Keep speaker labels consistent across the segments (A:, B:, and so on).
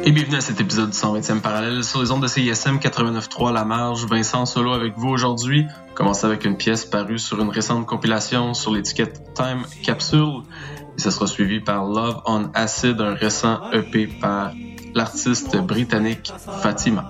A: Et bienvenue à cet épisode du 120e parallèle sur les ondes de CISM 89.3 La Marge. Vincent Solo avec vous aujourd'hui. On commence avec une pièce parue sur une récente compilation sur l'étiquette Time Capsule. Et ça sera suivi par Love on Acid, un récent EP par l'artiste britannique Fatima.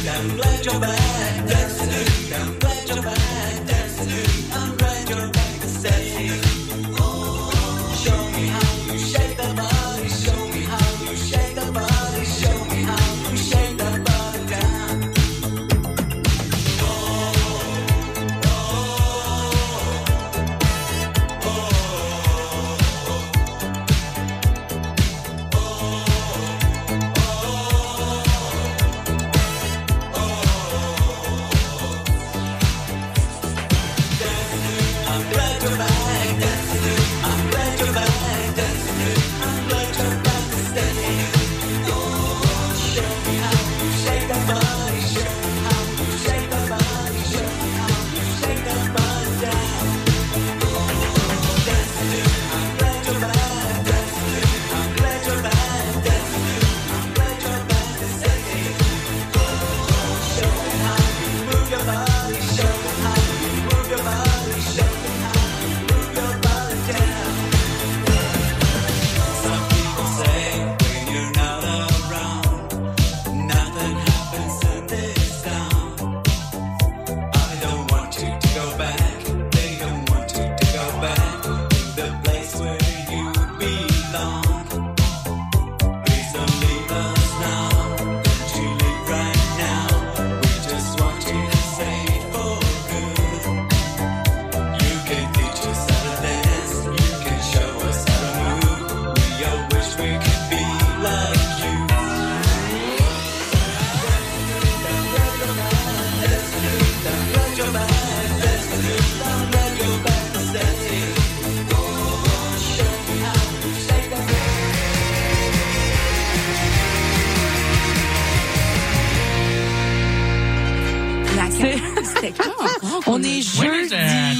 B: On est jeudi.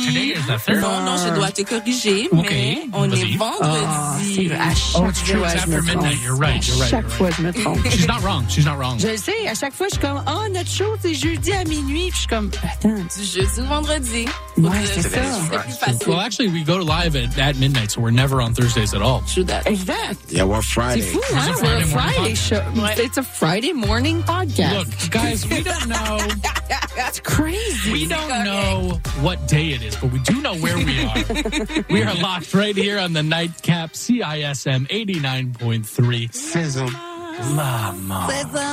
B: Non, je dois te corriger, mais on est vendredi.
C: À chaque fois, je me trompe. À chaque fois, je me trompe.
D: She's not wrong.
C: Je le sais, à chaque fois, je suis comme, notre show, c'est jeudi à minuit. Puis je suis comme, attends.
B: Du jeudi au vendredi.
C: Ouais, c'est ça.
B: C'est plus facile.
D: Well, actually, we go live at midnight, so we're never on Thursdays at all.
B: True that.
C: Exact.
E: Yeah, we're Friday.
C: C'est fou, hein? We're a Friday show.
B: Ouais.
C: It's a Friday morning podcast.
D: Look, guys, we don't know.
C: That's crazy.
D: We don't know what day it is, but we do know where we are. We are locked right here on the Nightcap CISM 89.3.
E: Sizzle.
D: La mort.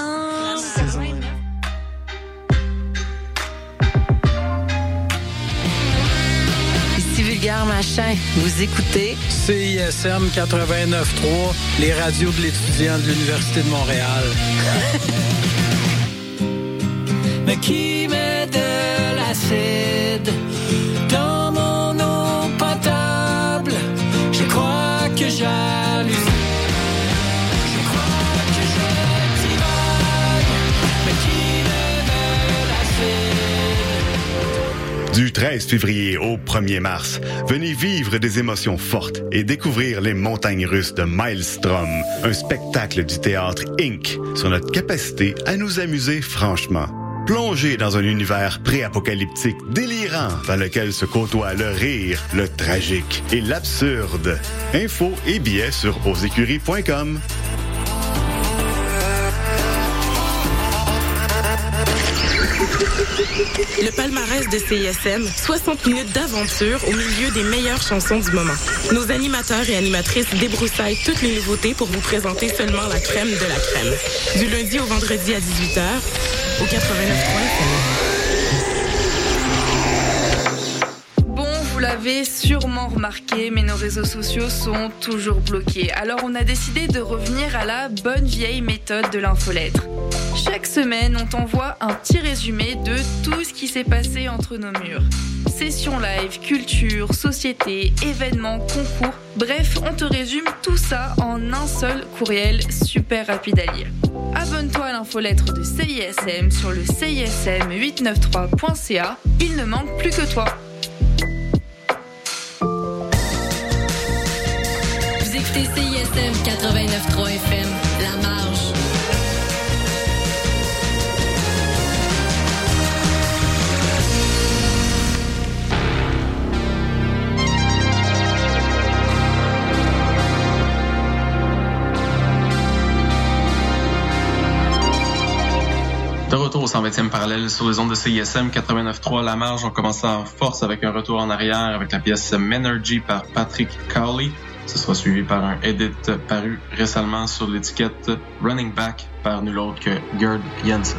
C: Ici Vulgaire Machin, vous écoutez
F: CISM 89.3, les radios de l'étudiant de l'Université de Montréal. Mais qui met de l'acide dans mon eau potable? Je crois que j'hallucine. Je crois que je divague. Mais qui met de l'acide?
G: Du 13 février au 1er mars, venez vivre des émotions fortes et découvrir les montagnes russes de Maelstrom, un spectacle du théâtre Inc. sur notre capacité à nous amuser franchement. Plongez dans un univers pré-apocalyptique délirant dans lequel se côtoient le rire, le tragique et l'absurde. Infos et billets sur ausécuries.com.
H: Le palmarès de CISM, 60 minutes d'aventure au milieu des meilleures chansons du moment. Nos animateurs et animatrices débroussaillent toutes les nouveautés pour vous présenter seulement la crème de la crème. Du lundi au vendredi à 18h, au 89.3 FM.
I: Bon, vous l'avez sûrement remarqué, mais nos réseaux sociaux sont toujours bloqués. Alors on a décidé de revenir à la bonne vieille méthode de l'infolettre. Chaque semaine, on t'envoie un petit résumé de tout ce qui s'est passé entre nos murs. Sessions live, culture, société, événements, concours. Bref, on te résume tout ça en un seul courriel super rapide à lire. Abonne-toi à l'infolettre de CISM sur le CISM893.ca. Il ne manque plus que toi.
J: Vous écoutez CISM 89.3 FM, La Marge.
A: De retour au 120e parallèle sur les ondes de CISM 89.3. La marge, on commence en force avec un retour en arrière avec la pièce Menergy par Patrick Cowley. Ce sera suivi par un edit paru récemment sur l'étiquette Running Back par nul autre que Gerd Jansen.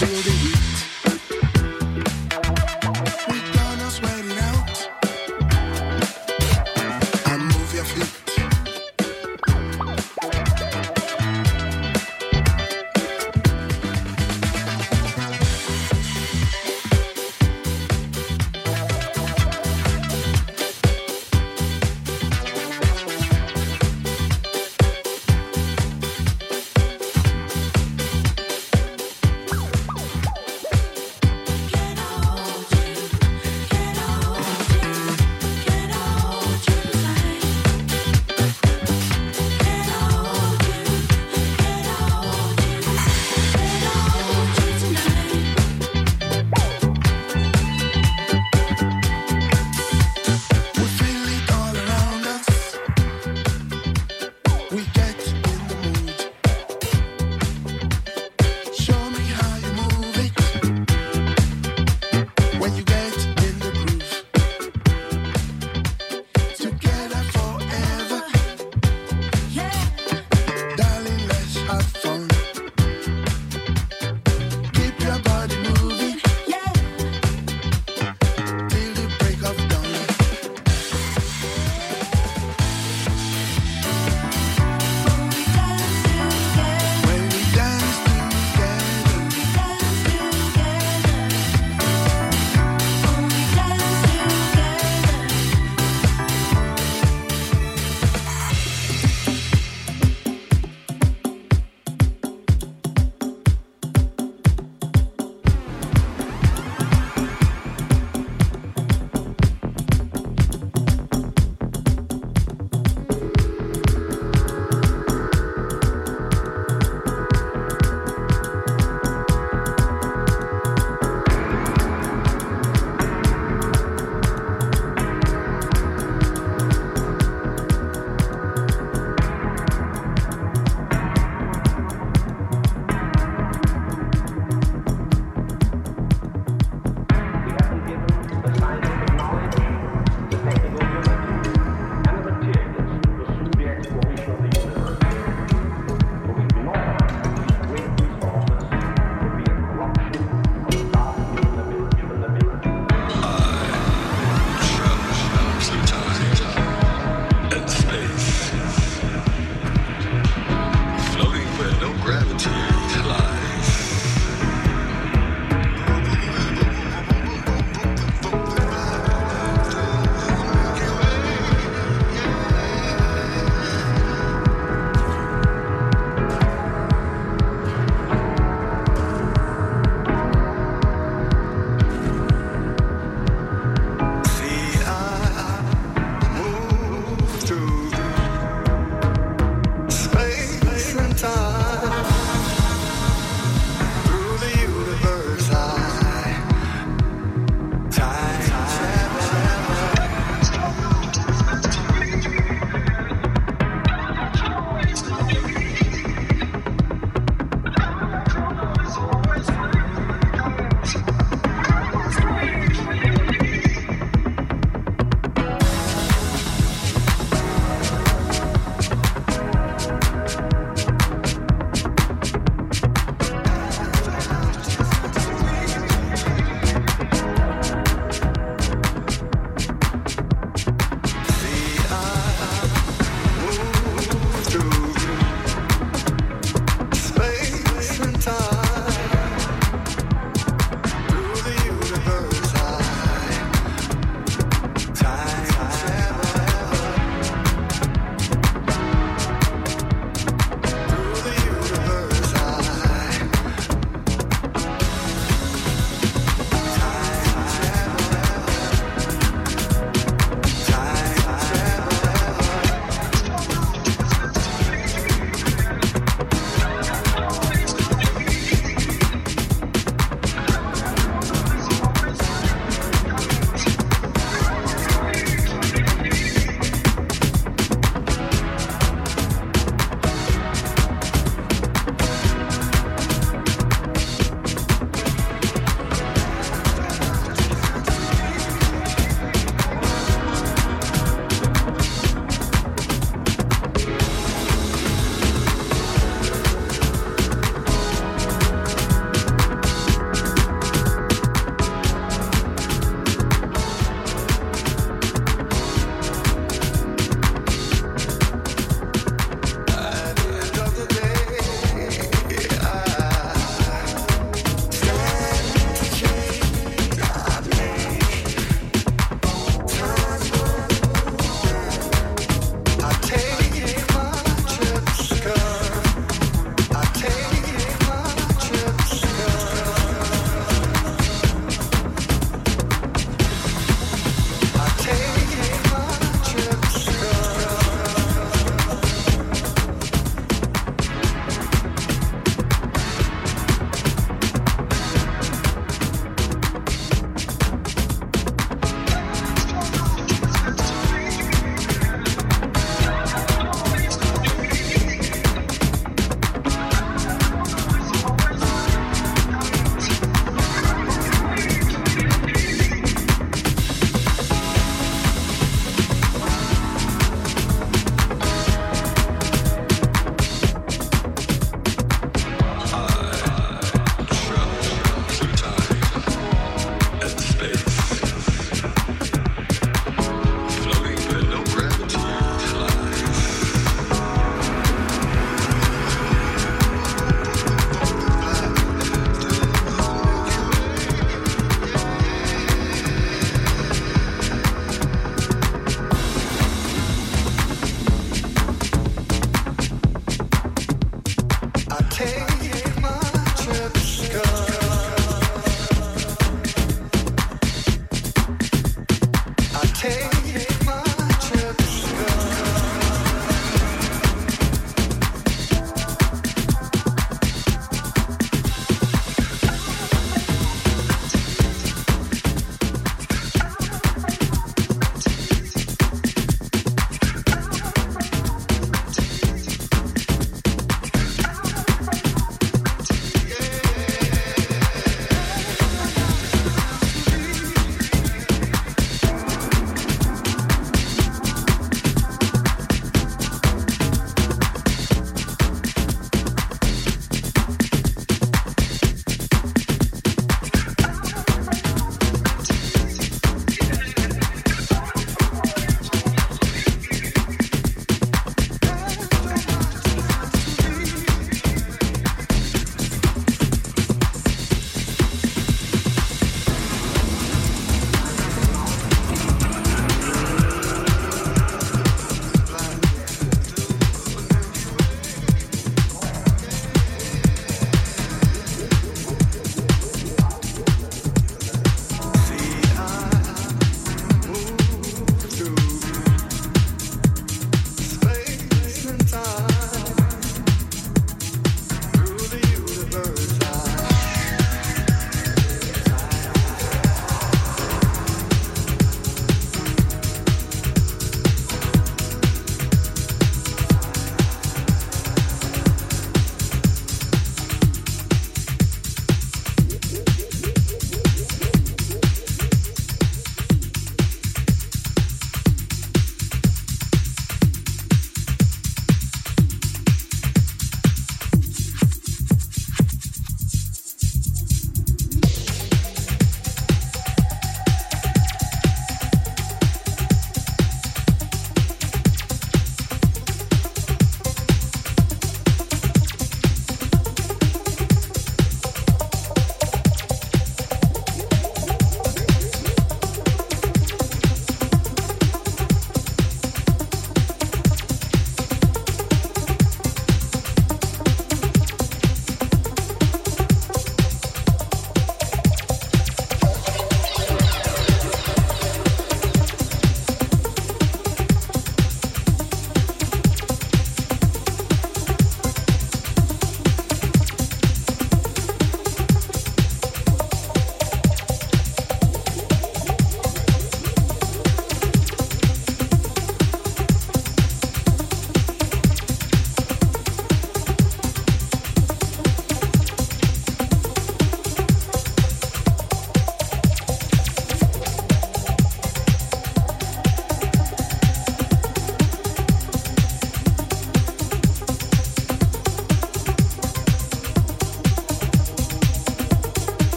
E: feel the heat. We gonna sweat it out and move your feet.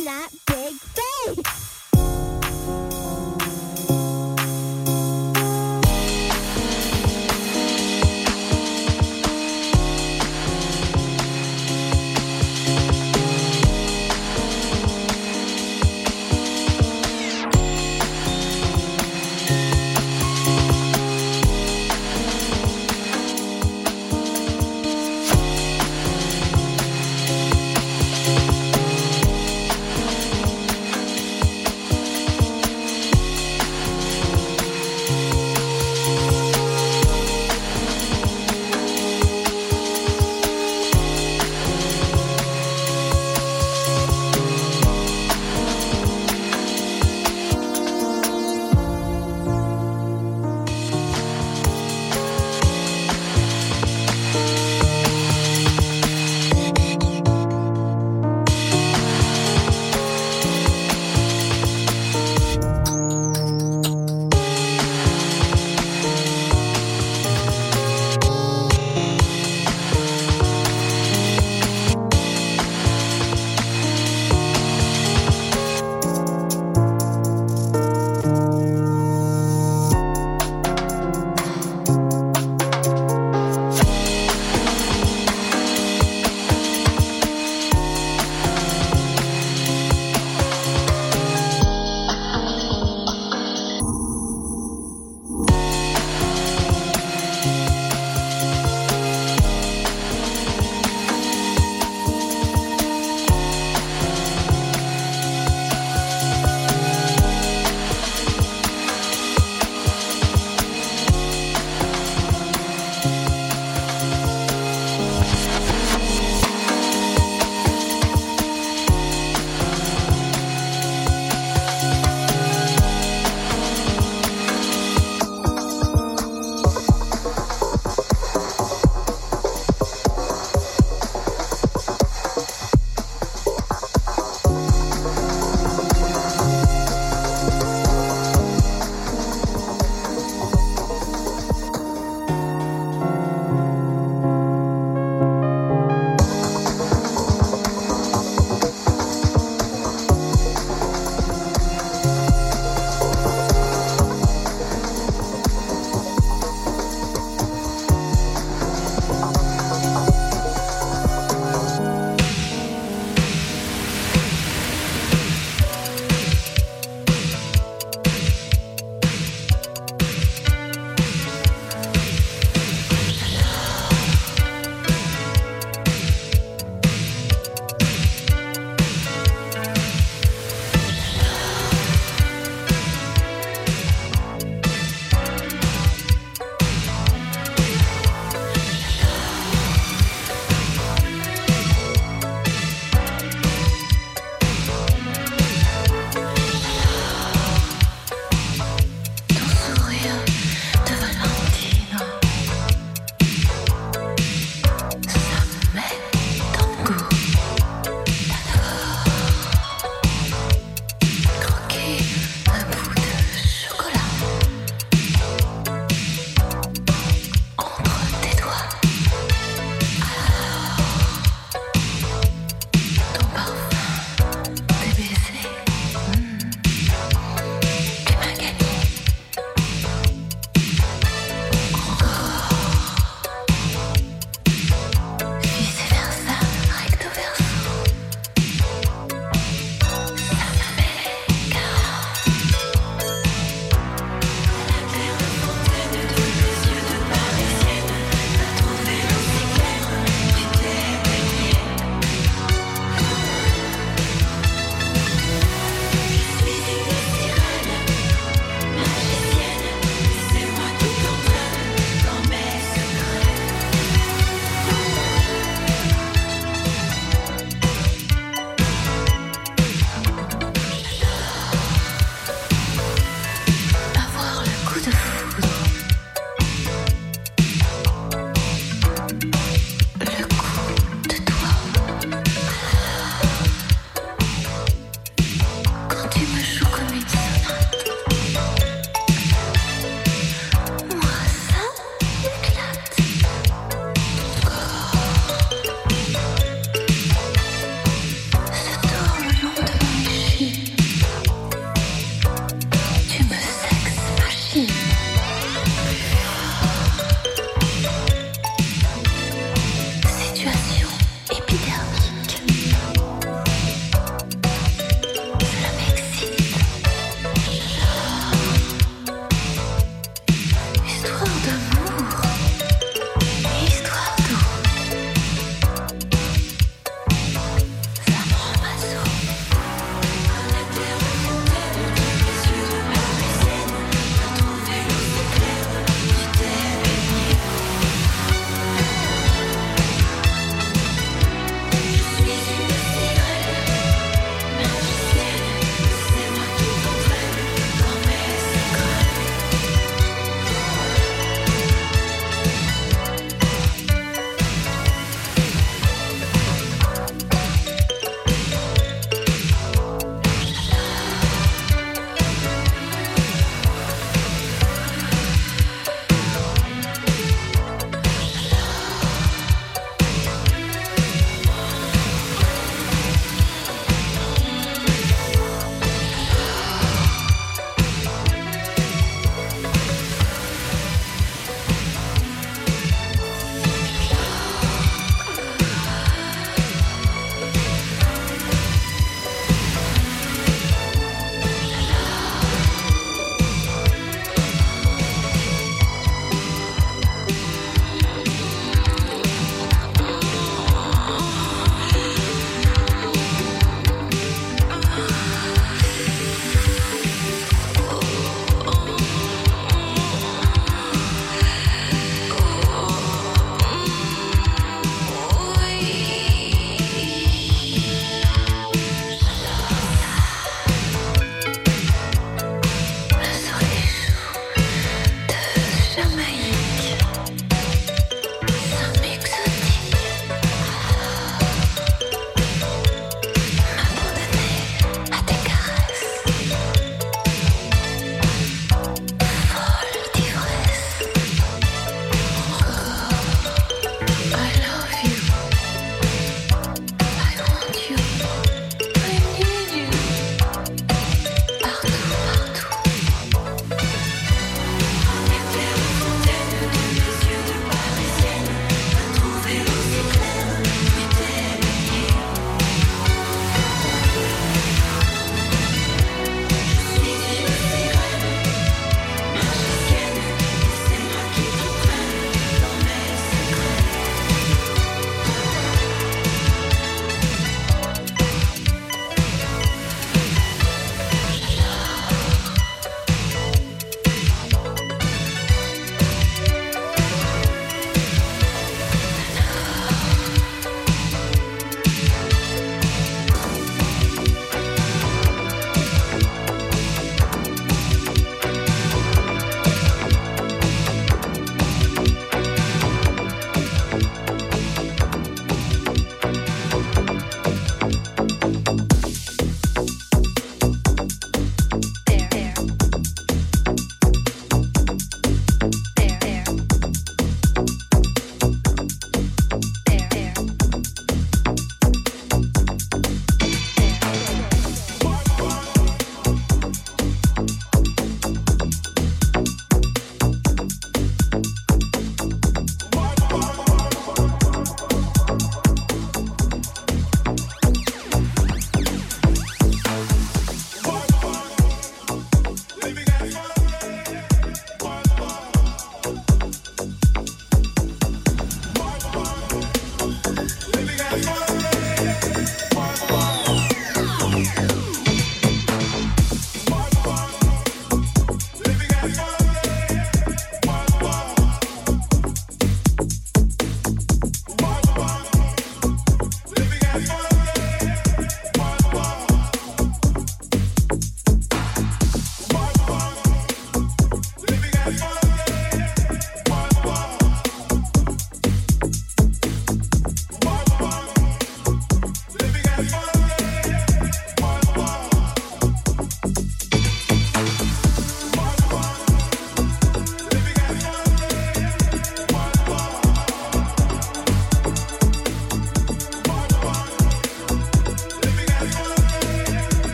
K: that big face.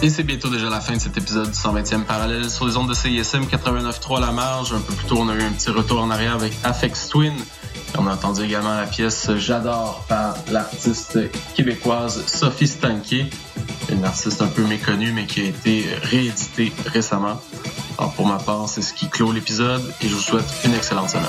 A: Et c'est bientôt déjà la fin de cet épisode du 120e parallèle sur les ondes de CISM 89.3 La Marge. Un peu plus tôt, on a eu un petit retour en arrière avec Aphex Twin. Et on a entendu également la pièce J'adore par l'artiste québécoise Sophie Stanké, une artiste un peu méconnue mais qui a été rééditée récemment. Alors pour ma part, c'est ce qui clôt l'épisode et je vous souhaite une excellente semaine.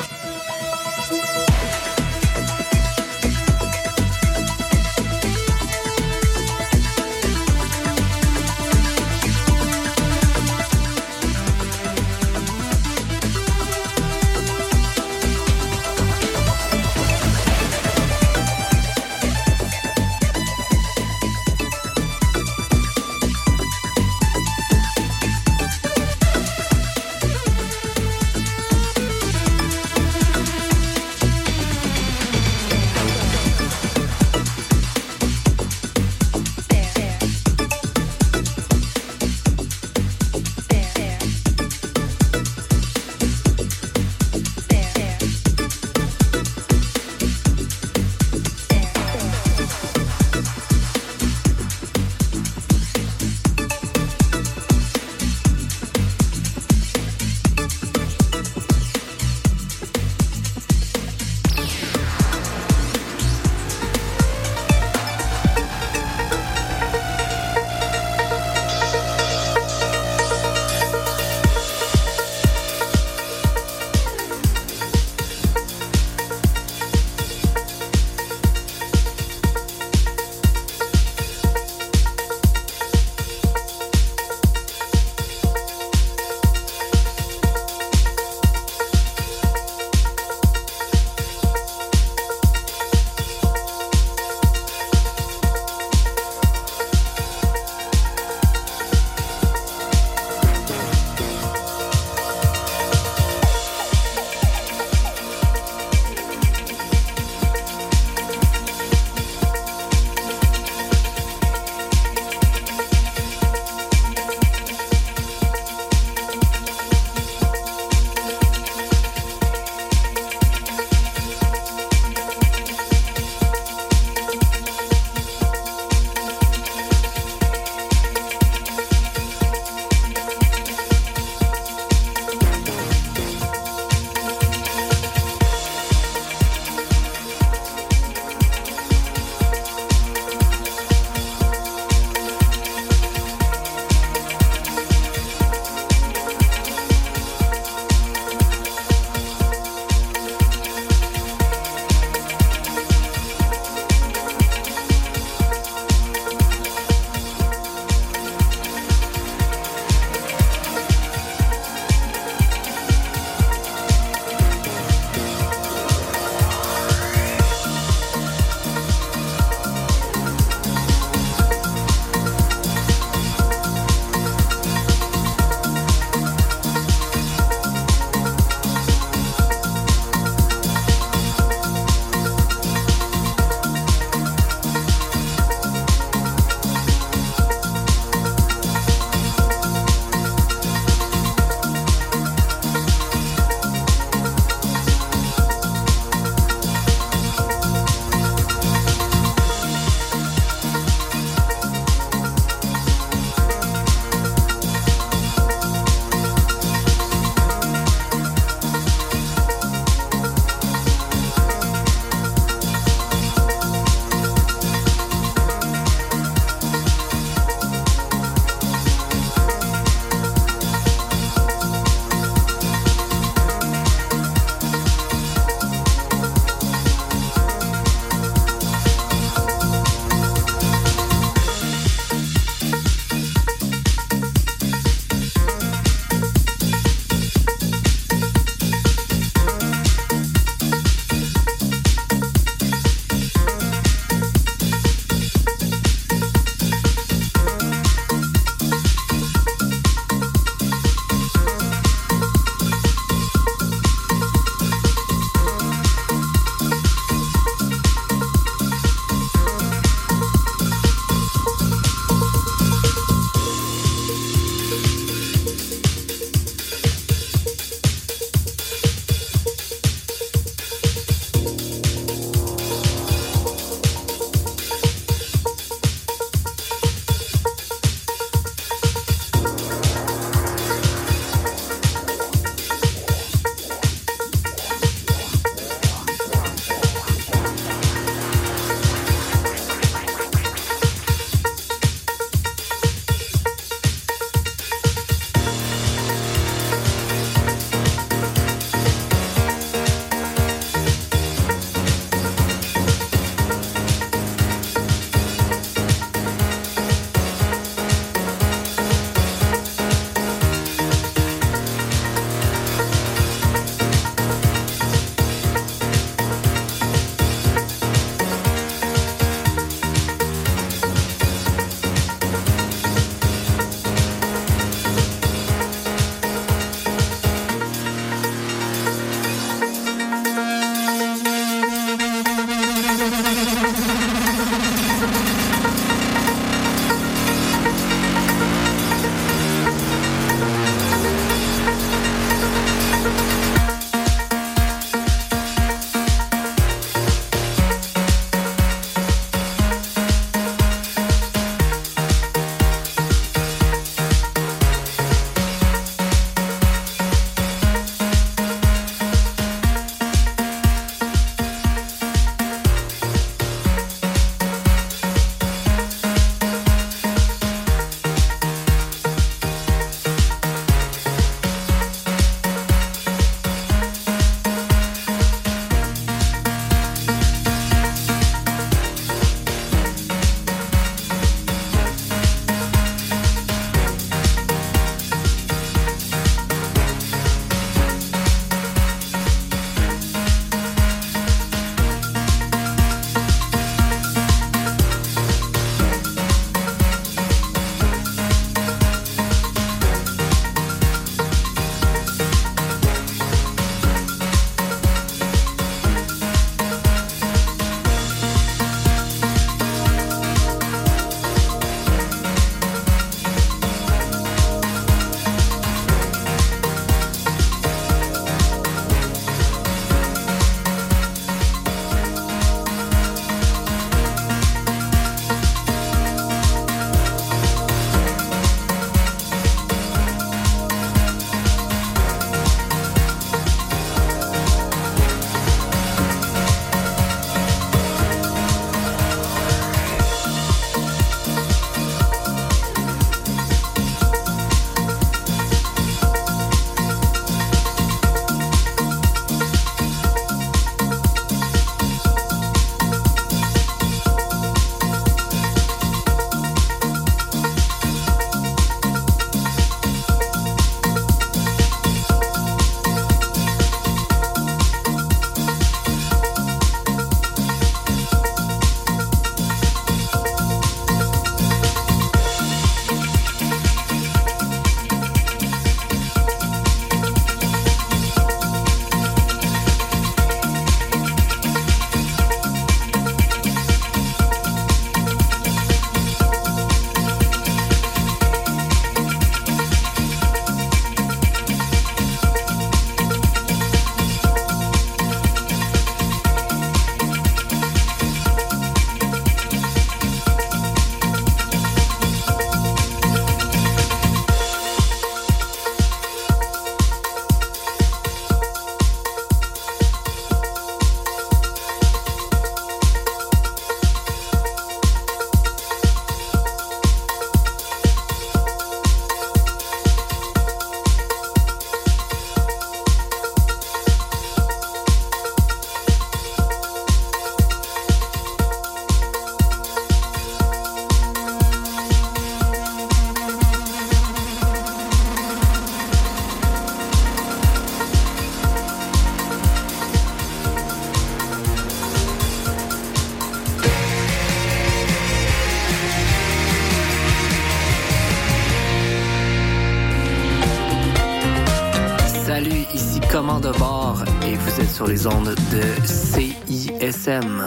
L: Vous êtes sur les ondes de CISM.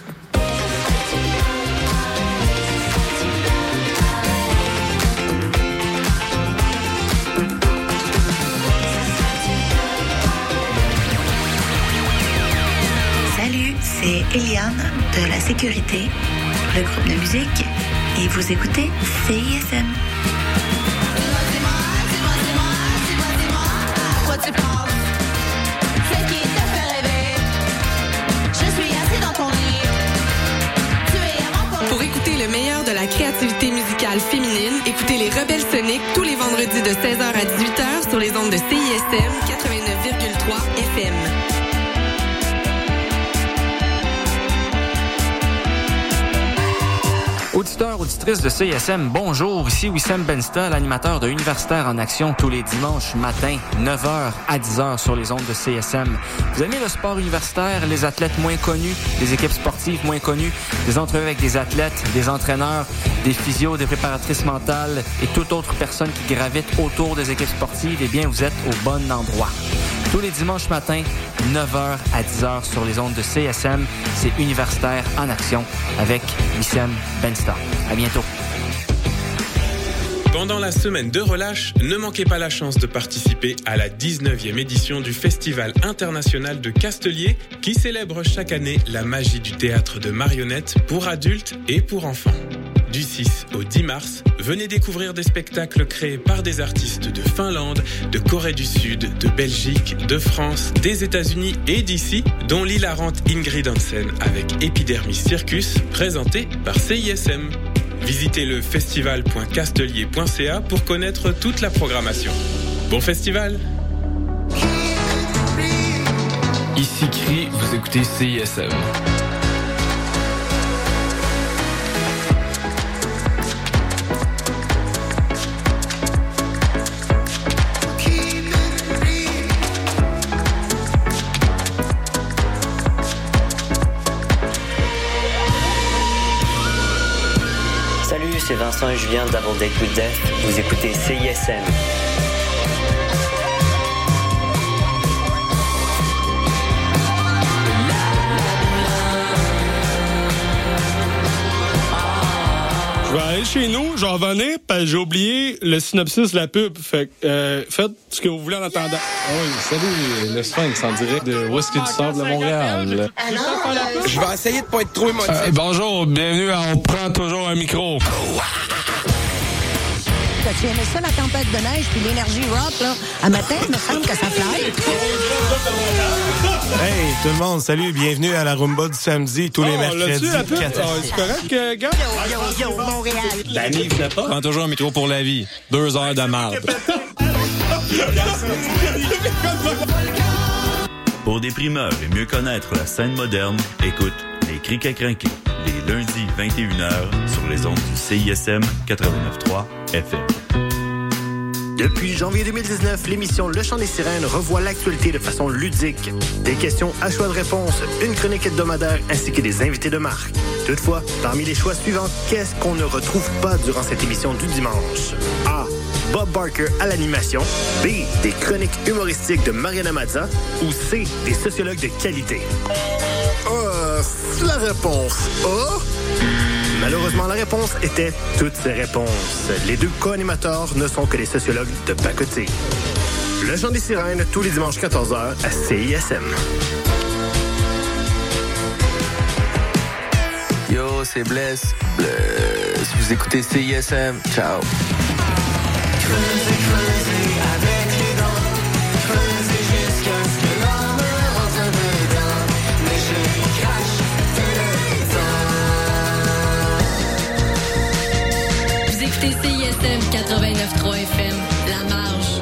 M: Salut, c'est Eliane de La Sécurité, le groupe de musique, et vous écoutez CISM.
H: Pour écouter le meilleur de la créativité musicale féminine, écoutez les Rebelles Soniques tous les vendredis de 16h à 18h sur les ondes de CISM 89,3 FM.
N: Auditeurs, auditrices de CISM, bonjour. Ici Wissem Bensta, l'animateur de Universitaire en Action tous les dimanches matin, 9h à 10h sur les ondes de CISM. Vous aimez le sport universitaire, les athlètes moins connus, les équipes sportives moins connues, des entrevues avec des athlètes, des entraîneurs, des physios, des préparatrices mentales et toute autre personne qui gravite autour des équipes sportives, eh bien, vous êtes au bon endroit. Tous les dimanches matins, 9h à 10h sur les ondes de CSM, c'est Universitaire en Action avec Wissem Bensta. À bientôt.
O: Pendant la semaine de relâche, ne manquez pas la chance de participer à la 19e édition du Festival international de Castelier qui célèbre chaque année la magie du théâtre de marionnettes pour adultes et pour enfants. Du 6 au 10 mars, venez découvrir des spectacles créés par des artistes de Finlande, de Corée du Sud, de Belgique, de France, des États-Unis et d'ici, dont l'hilarante Ingrid Hansen avec Epidermis Circus, présenté par CISM. Visitez le festival.castelier.ca pour connaître toute la programmation. Bon festival!
P: Ici Cri, vous écoutez CISM.
Q: C'est Vincent et Julien Double Date with Death. Vous écoutez CISM.
R: Je vais aller chez nous, je vais revenir, parce que j'ai oublié le synopsis de la pub. Fait que faites ce que vous voulez en attendant.
S: Oui, salut, le Sphinx en direct de Whisky du Sable de Montréal.
T: Je vais essayer de pas être trop émotif.
R: Bonjour, bienvenue à On prend toujours un micro.
U: Tu aimais ça, la tempête de neige, puis l'énergie rock, là? À matin, il me semble que ça fly.
V: Hey, tout le monde, salut, bienvenue à la Rumba du samedi, tous les mercredis.
R: C'est correct, gars?
U: Yo, Montréal.
V: La nive n'est pas.
S: Prends toujours un micro pour la vie. 2 heures de marde.
W: Pour des primeurs et mieux connaître la scène moderne, écoute Les Crics à crinquer, les lundis 21h sur les ondes du CISM 89.3 FM.
X: Depuis janvier 2019, l'émission Le Chant des Sirènes revoit l'actualité de façon ludique. Des questions à choix de réponse, une chronique hebdomadaire ainsi que des invités de marque. Toutefois, parmi les choix suivants, qu'est-ce qu'on ne retrouve pas durant cette émission du dimanche? A. Bob Barker à l'animation. B. Des chroniques humoristiques de Mariana Mazza. Ou C. Des sociologues de qualité. La réponse A. Malheureusement, la réponse était toutes ces réponses. Les deux co-animateurs ne sont que des sociologues de pacotille. Le Chant des Sirènes, tous les dimanches 14h à CISM.
Y: Yo, c'est Bless. Vous écoutez CISM. Ciao.
J: Vous écoutez CISM 89.3 FM, La Marge.